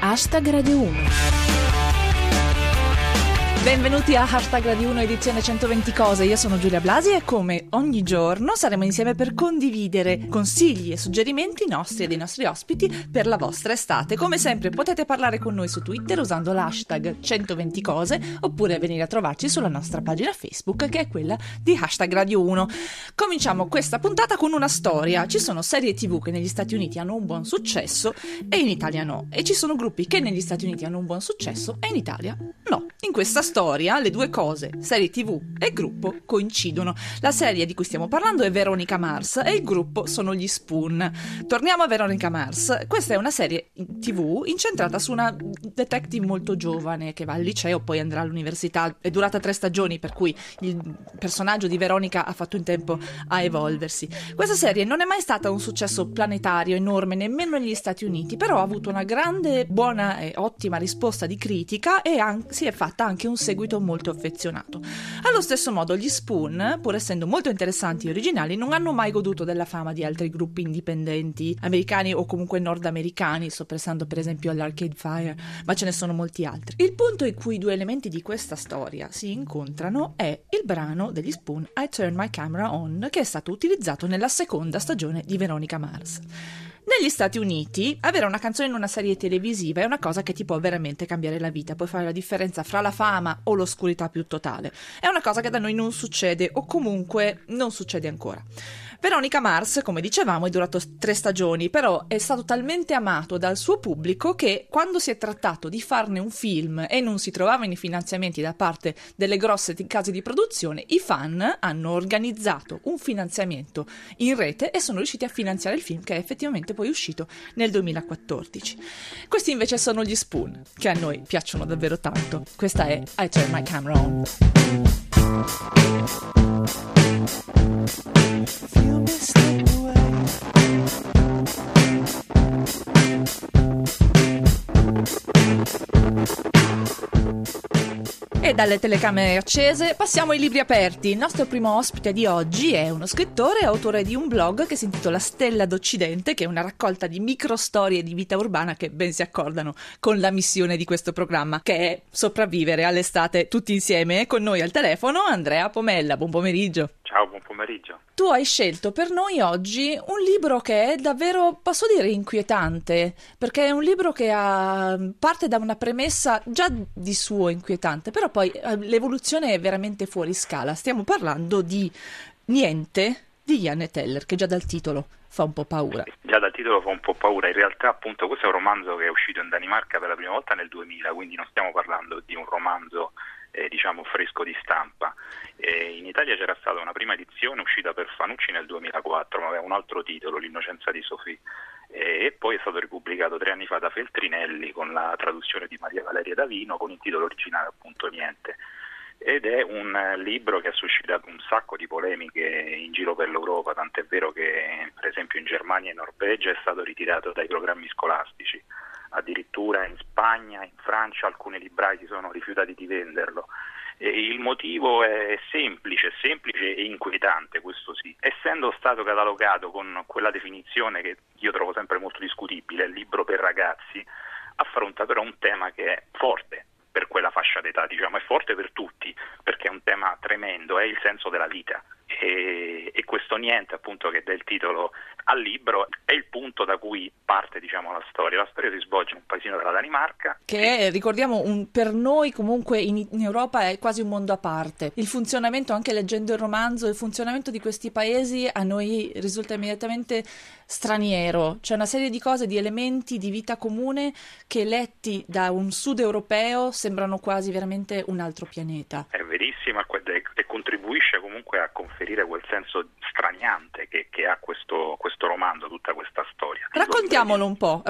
#Radio 1. Benvenuti a #Radio 1 edizione 120 cose, io sono Giulia Blasi e come ogni giorno saremo insieme per condividere consigli e suggerimenti nostri e dei nostri ospiti per la vostra estate. Come sempre potete parlare con noi su Twitter usando l'hashtag 120 cose oppure venire a trovarci sulla nostra pagina Facebook che è quella di #Radio 1. Cominciamo questa puntata con una storia. Ci sono serie TV che negli Stati Uniti hanno un buon successo e in Italia no, e ci sono gruppi che negli Stati Uniti hanno un buon successo e in Italia no. In questa storia le due cose, serie TV e gruppo, coincidono. La serie di cui stiamo parlando è Veronica Mars e il gruppo sono gli Spoon. Torniamo a Veronica Mars. Questa è una serie TV incentrata su una detective molto giovane che va al liceo, poi andrà all'università. È durata 3 stagioni, per cui il personaggio di Veronica ha fatto in tempo a evolversi. Questa serie non è mai stata un successo planetario enorme nemmeno negli Stati Uniti, però ha avuto una grande, buona e ottima risposta di critica e si è fatta anche un seguito molto affezionato. Allo stesso modo gli Spoon, pur essendo molto interessanti e originali, non hanno mai goduto della fama di altri gruppi indipendenti americani o comunque nordamericani. Sto pensando per esempio all'Arcade Fire, ma ce ne sono molti altri. Il punto in cui i due elementi di questa storia si incontrano è il brano degli Spoon I Turn My Camera On, che è stato utilizzato nella seconda stagione di Veronica Mars. Negli Stati Uniti avere una canzone in una serie televisiva è una cosa che ti può veramente cambiare la vita, puoi fare la differenza fra la fama o l'oscurità più totale. È una cosa che da noi non succede o comunque non succede ancora. Veronica Mars, come dicevamo, è durato 3 stagioni, però è stato talmente amato dal suo pubblico che quando si è trattato di farne un film e non si trovavano i finanziamenti da parte delle grosse case di produzione, i fan hanno organizzato un finanziamento in rete e sono riusciti a finanziare il film, che è effettivamente poi uscito nel 2014. Questi invece sono gli Spoon, che a noi piacciono davvero tanto. Questa è I Turn My Camera On. Feel me slip away. E dalle telecamere accese passiamo ai libri aperti. Il nostro primo ospite di oggi è uno scrittore e autore di un blog che si intitola Stella d'Occidente, che è una raccolta di microstorie di vita urbana che ben si accordano con la missione di questo programma, che è sopravvivere all'estate tutti insieme. Con noi al telefono Andrea Pomella. Buon pomeriggio. Ciao, buon pomeriggio. Tu hai scelto per noi oggi un libro che è davvero, posso dire, inquietante, perché è un libro che parte da una premessa già di suo inquietante, però poi l'evoluzione è veramente fuori scala. Stiamo parlando di Niente di Yann Teller, che già dal titolo fa un po' paura. Già dal titolo fa un po' paura. In realtà, appunto, questo è un romanzo che è uscito in Danimarca per la prima volta nel 2000, quindi non stiamo parlando di un romanzo diciamo fresco di stampa. In Italia c'era stata una prima edizione uscita per Fanucci nel 2004, ma aveva un altro titolo, L'innocenza di Sophie, e poi è stato ripubblicato 3 anni fa da Feltrinelli con la traduzione di Maria Valeria Davino con il titolo originale appunto Niente. Ed è un libro che ha suscitato un sacco di polemiche in giro per l'Europa, tant'è vero che per esempio in Germania e Norvegia è stato ritirato dai programmi scolastici. Addirittura in Spagna, in Francia alcuni librai si sono rifiutati di venderlo. E il motivo è semplice e inquietante, questo sì. Essendo stato catalogato con quella definizione che io trovo sempre molto discutibile, il libro per ragazzi, affronta però un tema che è forte per quella fascia d'età, diciamo, è forte per tutti, perché è un tema tremendo, è il senso della vita. E questo Niente, appunto, che dà il titolo al libro, è il punto da cui parte, diciamo, la storia. La storia si svolge in un paesino della Danimarca. Che è, ricordiamo, per noi comunque in Europa è quasi un mondo a parte. Il funzionamento, anche leggendo il romanzo, il funzionamento di questi paesi a noi risulta immediatamente straniero. C'è una serie di cose, di elementi di vita comune che letti da un sud europeo sembrano quasi veramente un altro pianeta. È verissimo, e contribuisce comunque a conferire quel senso straniante che ha questo romanzo, tutta questa storia. Raccontiamolo un po'.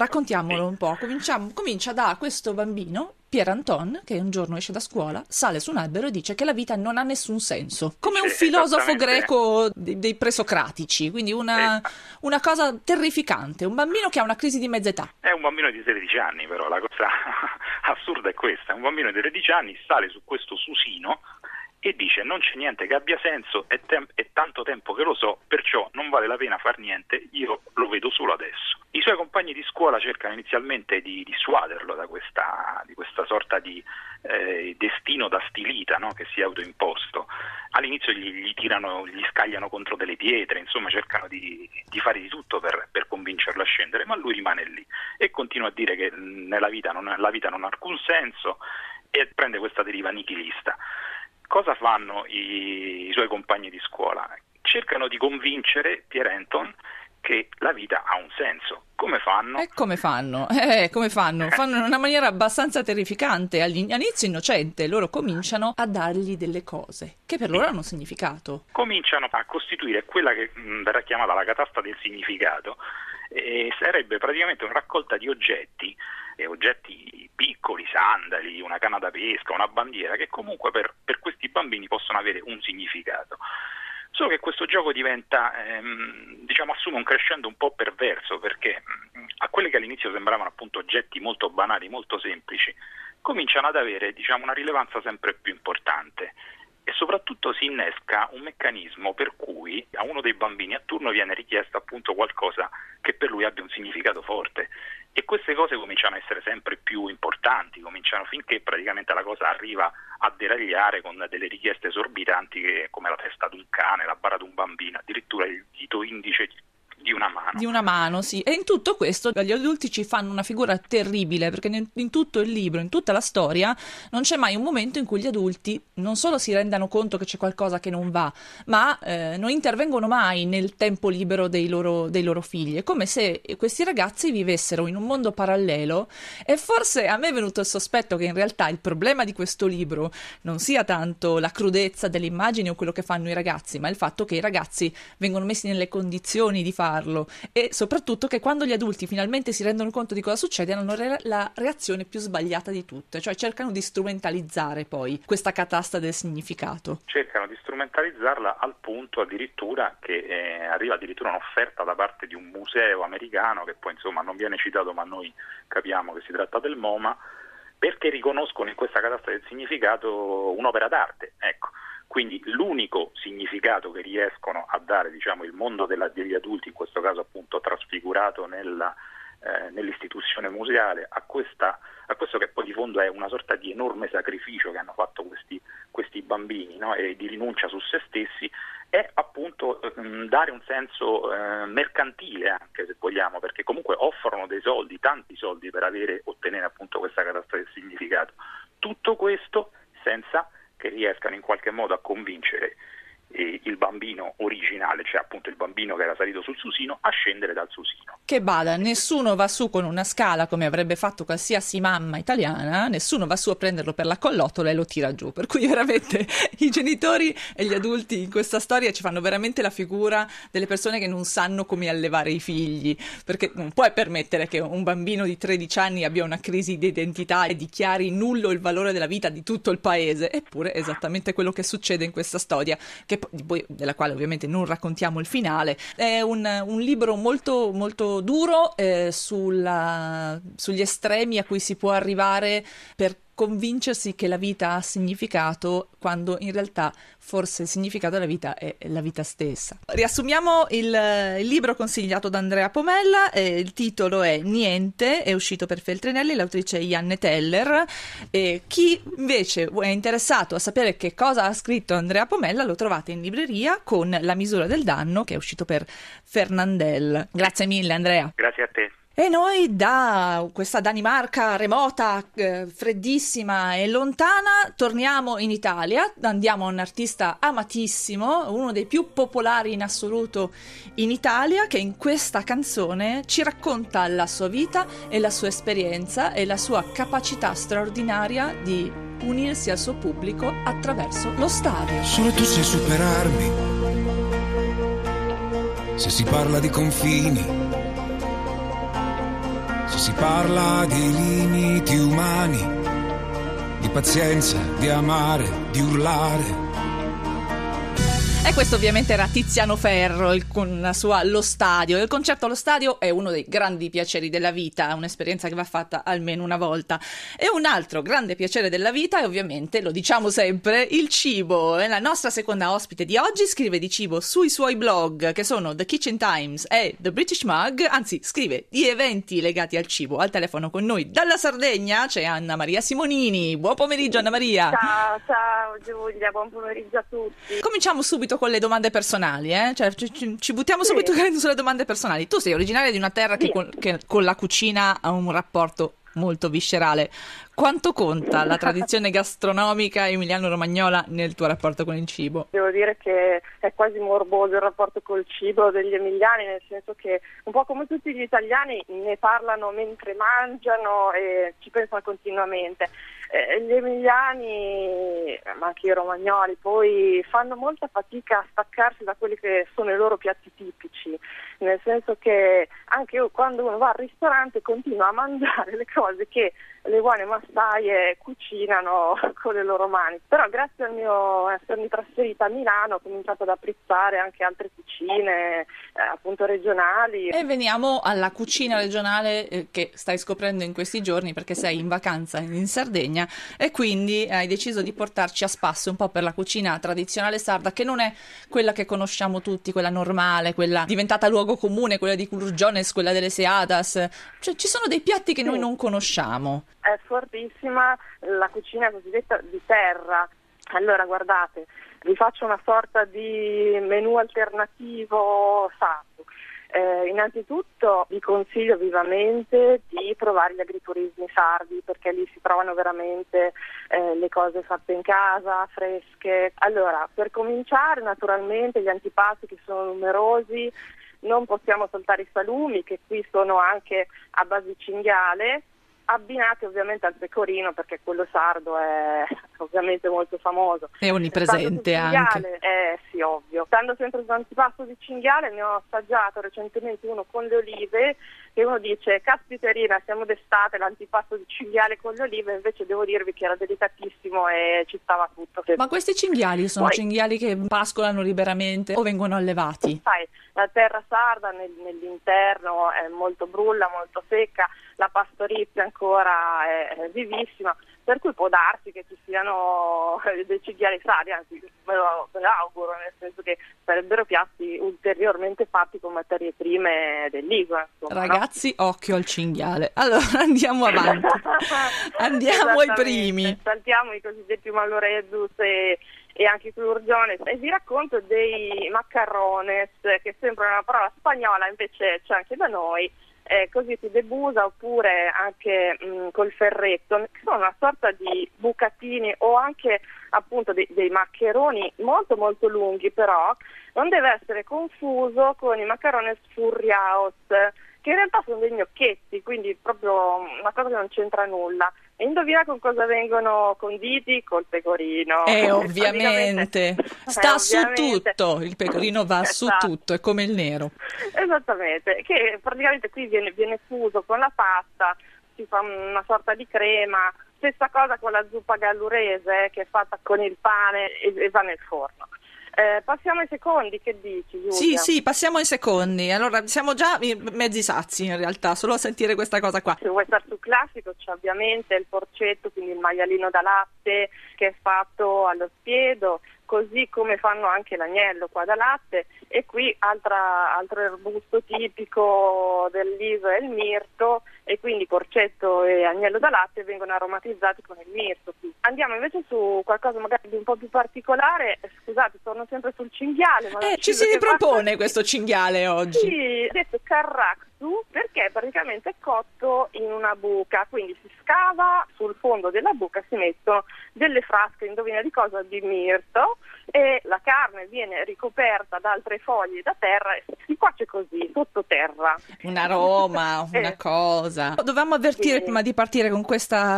Comincia da questo bambino, Pierre Anton, che un giorno esce da scuola, sale su un albero e dice che la vita non ha nessun senso, come un filosofo greco dei presocratici, quindi una cosa terrificante, un bambino che ha una crisi di mezza età. È un bambino di 13 anni, però la cosa assurda è questa, un bambino di 13 anni sale su questo susino e dice: non c'è niente che abbia senso, è tanto tempo che lo so, perciò non vale la pena far niente, io lo vedo solo adesso. I suoi compagni di scuola cercano inizialmente di dissuaderlo di questa sorta di destino da stilita, no? Che si è autoimposto. All'inizio gli scagliano contro delle pietre, insomma cercano di fare di tutto per convincerlo a scendere, ma lui rimane lì e continua a dire che la vita non ha alcun senso e prende questa deriva nichilista. Cosa fanno i suoi compagni di scuola? Cercano di convincere Pierrenton che la vita ha un senso. Come fanno? Come fanno? Fanno in una maniera abbastanza terrificante. All'inizio innocente, loro cominciano a dargli delle cose che per loro hanno un significato. Cominciano a costituire quella che verrà chiamata la catasta del significato. E sarebbe praticamente una raccolta di oggetti piccoli, sandali, una canna da pesca, una bandiera, che comunque per questi bambini possono avere un significato. Solo che questo gioco diventa, assume un crescendo un po' perverso, perché a quelli che all'inizio sembravano appunto oggetti molto banali, molto semplici, cominciano ad avere una rilevanza sempre più importante. E soprattutto si innesca un meccanismo per cui a uno dei bambini a turno viene richiesto appunto qualcosa che per lui abbia un significato forte, e queste cose cominciano a essere sempre più importanti, finché praticamente la cosa arriva a deragliare con delle richieste esorbitanti come la testa di un cane, la bara di un bambino, addirittura il dito indice di una mano. Di una mano, sì. E in tutto questo gli adulti ci fanno una figura terribile, perché in tutto il libro, in tutta la storia, non c'è mai un momento in cui gli adulti non solo si rendano conto che c'è qualcosa che non va, ma non intervengono mai nel tempo libero dei loro figli. È come se questi ragazzi vivessero in un mondo parallelo, e forse a me è venuto il sospetto che in realtà il problema di questo libro non sia tanto la crudezza delle immagini o quello che fanno i ragazzi, ma il fatto che i ragazzi vengono messi nelle condizioni di farlo, e soprattutto che quando gli adulti finalmente si rendono conto di cosa succede hanno la reazione più sbagliata di tutte, cioè cercano di strumentalizzare poi questa catasta del significato. Cercano di strumentalizzarla al punto addirittura che arriva addirittura un'offerta da parte di un museo americano, che poi non viene citato, ma noi capiamo che si tratta del MoMA, perché riconoscono in questa catasta del significato un'opera d'arte, ecco. Quindi l'unico significato che riescono a dare, il mondo degli adulti, in questo caso appunto trasfigurato nell'istituzione museale, a questo che poi di fondo è una sorta di enorme sacrificio che hanno fatto questi bambini, no? E di rinuncia su se stessi, è appunto dare un senso mercantile, anche se vogliamo, perché comunque offrono dei soldi, tanti soldi, per ottenere appunto questa catasta del significato. Tutto questo senza che riescano in qualche modo a convincere il bambino originale, cioè appunto il bambino che era salito sul susino, a scendere dal susino. Che bada, nessuno va su con una scala come avrebbe fatto qualsiasi mamma italiana, nessuno va su a prenderlo per la collottola e lo tira giù, per cui veramente i genitori e gli adulti in questa storia ci fanno veramente la figura delle persone che non sanno come allevare i figli, perché non puoi permettere che un bambino di 13 anni abbia una crisi di identità e dichiari nullo il valore della vita di tutto il paese. Eppure è esattamente quello che succede in questa storia, della quale ovviamente non raccontiamo il finale. È un libro molto, molto duro sugli estremi a cui si può arrivare per convincersi che la vita ha significato, quando in realtà forse il significato della vita è la vita stessa. Riassumiamo il libro consigliato da Andrea Pomella, il titolo è Niente, è uscito per Feltrinelli, l'autrice è Janne Teller. Chi invece è interessato a sapere che cosa ha scritto Andrea Pomella lo trovate in libreria con La misura del danno, che è uscito per Fernandel. Grazie mille Andrea. Grazie a te. E noi da questa Danimarca remota, freddissima e lontana, torniamo in Italia, andiamo a un artista amatissimo, uno dei più popolari in assoluto in Italia, che in questa canzone ci racconta la sua vita e la sua esperienza e la sua capacità straordinaria di unirsi al suo pubblico attraverso lo stadio. Solo tu sai superarmi, se si parla di confini, si parla di limiti umani, di pazienza, di amare, di urlare. E questo ovviamente era Tiziano Ferro con la sua Lo Stadio. Il concerto allo stadio è uno dei grandi piaceri della vita, un'esperienza che va fatta almeno una volta. E un altro grande piacere della vita è ovviamente, lo diciamo sempre, il cibo. E la nostra seconda ospite di oggi scrive di cibo sui suoi blog, che sono The Kitchen Times e The British Mug, anzi scrive di eventi legati al cibo. Al telefono con noi dalla Sardegna c'è Anna Maria Simonini. Buon pomeriggio Anna Maria. Ciao Giulia, buon pomeriggio a tutti. Cominciamo subito con le domande personali, cioè ci buttiamo subito sulle domande personali. Tu sei originaria di una terra che con la cucina ha un rapporto molto viscerale. Quanto conta la tradizione gastronomica emiliano-romagnola nel tuo rapporto con il cibo? Devo dire che è quasi morboso il rapporto col cibo degli emiliani, nel senso che un po' come tutti gli italiani ne parlano mentre mangiano e ci pensano continuamente. Gli emiliani, ma anche i romagnoli, poi fanno molta fatica a staccarsi da quelli che sono i loro piatti tipici, nel senso che anche quando uno va al ristorante continua a mangiare le cose che le buone massaie cucinano con le loro mani. Però grazie al mio essermi trasferita a Milano ho cominciato ad apprezzare anche altre cucine appunto regionali. E veniamo alla cucina regionale che stai scoprendo in questi giorni perché sei in vacanza in Sardegna e quindi hai deciso di portarci a spasso un po' per la cucina tradizionale sarda, che non è quella che conosciamo tutti, quella normale, quella diventata luogo comune, quella di Curugiones, quella delle Seadas. Cioè ci sono dei piatti che noi non conosciamo. È fortissima la cucina cosiddetta di terra. Allora guardate, vi faccio una sorta di menù alternativo sardo. Innanzitutto vi consiglio vivamente di provare gli agriturismi sardi, perché lì si trovano veramente le cose fatte in casa, fresche. Allora, per cominciare, naturalmente gli antipasti, che sono numerosi, non possiamo saltare i salumi, che qui sono anche a base di cinghiale, abbinati ovviamente al pecorino, perché quello sardo è ovviamente molto famoso. È onnipresente anche. Sì, ovvio. Stando sempre sull'antipasto di cinghiale, ne ho assaggiato recentemente uno con le olive, che uno dice, caspiterina, siamo d'estate, l'antipasto di cinghiale con le olive, invece devo dirvi che era delicatissimo e ci stava tutto. Ma questi cinghiali sono cinghiali che pascolano liberamente o vengono allevati? Sai, la terra sarda nell'interno è molto brulla, molto secca, la pastorizia ancora è vivissima, per cui può darsi che ci siano dei cinghiali sardi, anzi me lo auguro, nel senso che sarebbero piatti ulteriormente fatti con materie prime dell'isola. Insomma, ragazzi, no? Occhio al cinghiale. Allora andiamo avanti, andiamo ai primi. Saltiamo i cosiddetti malloreddus e anche cururgiones, e vi racconto dei maccarrones, che sembra una parola spagnola, invece c'è anche da noi, così si debusa, oppure anche col ferretto, che sono una sorta di bucatini o anche appunto dei maccheroni molto molto lunghi, però non deve essere confuso con i maccarones furriaos, che in realtà sono dei gnocchetti, quindi proprio una cosa che non c'entra nulla. E indovina con cosa vengono conditi? Col pecorino. Ovviamente. Sta su tutto, il pecorino va su tutto, è come il nero. Esattamente, che praticamente qui viene fuso con la pasta, si fa una sorta di crema, stessa cosa con la zuppa gallurese, che è fatta con il pane e va nel forno. Passiamo ai secondi, che dici, Giulia? Sì, passiamo ai secondi. Allora, siamo già mezzi sazi in realtà, solo a sentire questa cosa qua. Se vuoi stare sul classico c'è ovviamente il porcetto, quindi il maialino da latte, che è fatto allo spiedo, così come fanno anche l'agnello qua da latte, e qui altro arbusto tipico dell'isola è il mirto, e quindi porcetto e agnello da latte vengono aromatizzati con il mirto. Andiamo invece su qualcosa magari di un po' più particolare. Scusate, torno sempre sul cinghiale. Ma ci si ripropone questo cinghiale oggi. Sì, detto carractu, perché praticamente è cotto in una buca, quindi si scava sul fondo della buca, si mettono delle frasche, indovina di cosa, di mirto, e la carne viene ricoperta da altre foglie da terra e si cuoce così, sottoterra. Un aroma, una cosa. Dovevamo avvertire prima di partire con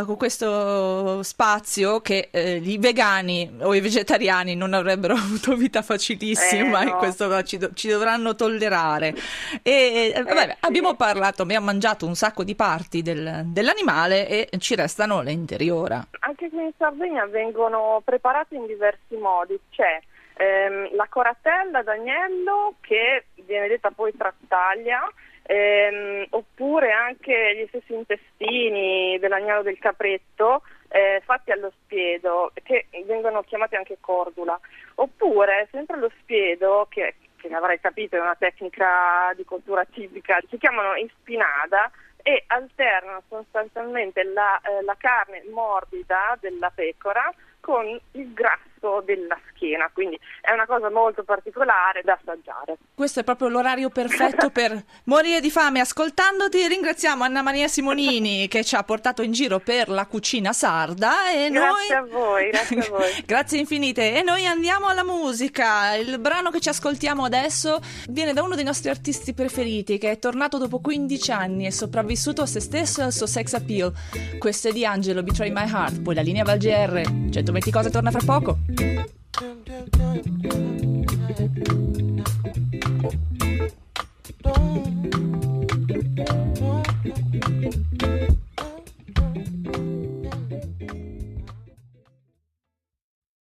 questo spazio che i vegani o i vegetariani non avrebbero avuto vita facilissima, no. E questo ci dovranno tollerare. Vabbè, abbiamo mangiato un sacco di parti dell'animale e ci restano le interiora. Anche qui in Sardegna vengono preparati in diversi modi. C'è la coratella d'agnello che viene detta poi trattaglia, oppure anche gli stessi intestini dell'agnello del capretto fatti allo spiedo, che vengono chiamati anche cordula, oppure sempre allo spiedo, che avrai capito è una tecnica di cottura tipica, si chiamano inspinada, e alternano sostanzialmente la carne morbida della pecora con il grasso della schiena, quindi è una cosa molto particolare da assaggiare. Questo è proprio l'orario perfetto per morire di fame ascoltandoti. Ringraziamo Anna Maria Simonini che ci ha portato in giro per la cucina sarda e grazie a voi. Grazie infinite. E noi andiamo alla musica. Il brano che ci ascoltiamo adesso viene da uno dei nostri artisti preferiti, che è tornato dopo 15 anni e sopravvissuto a se stesso e al suo sex appeal. Questo è di Angelo, Betray My Heart. Poi la linea va al GR 120 cose torna fra poco. Don't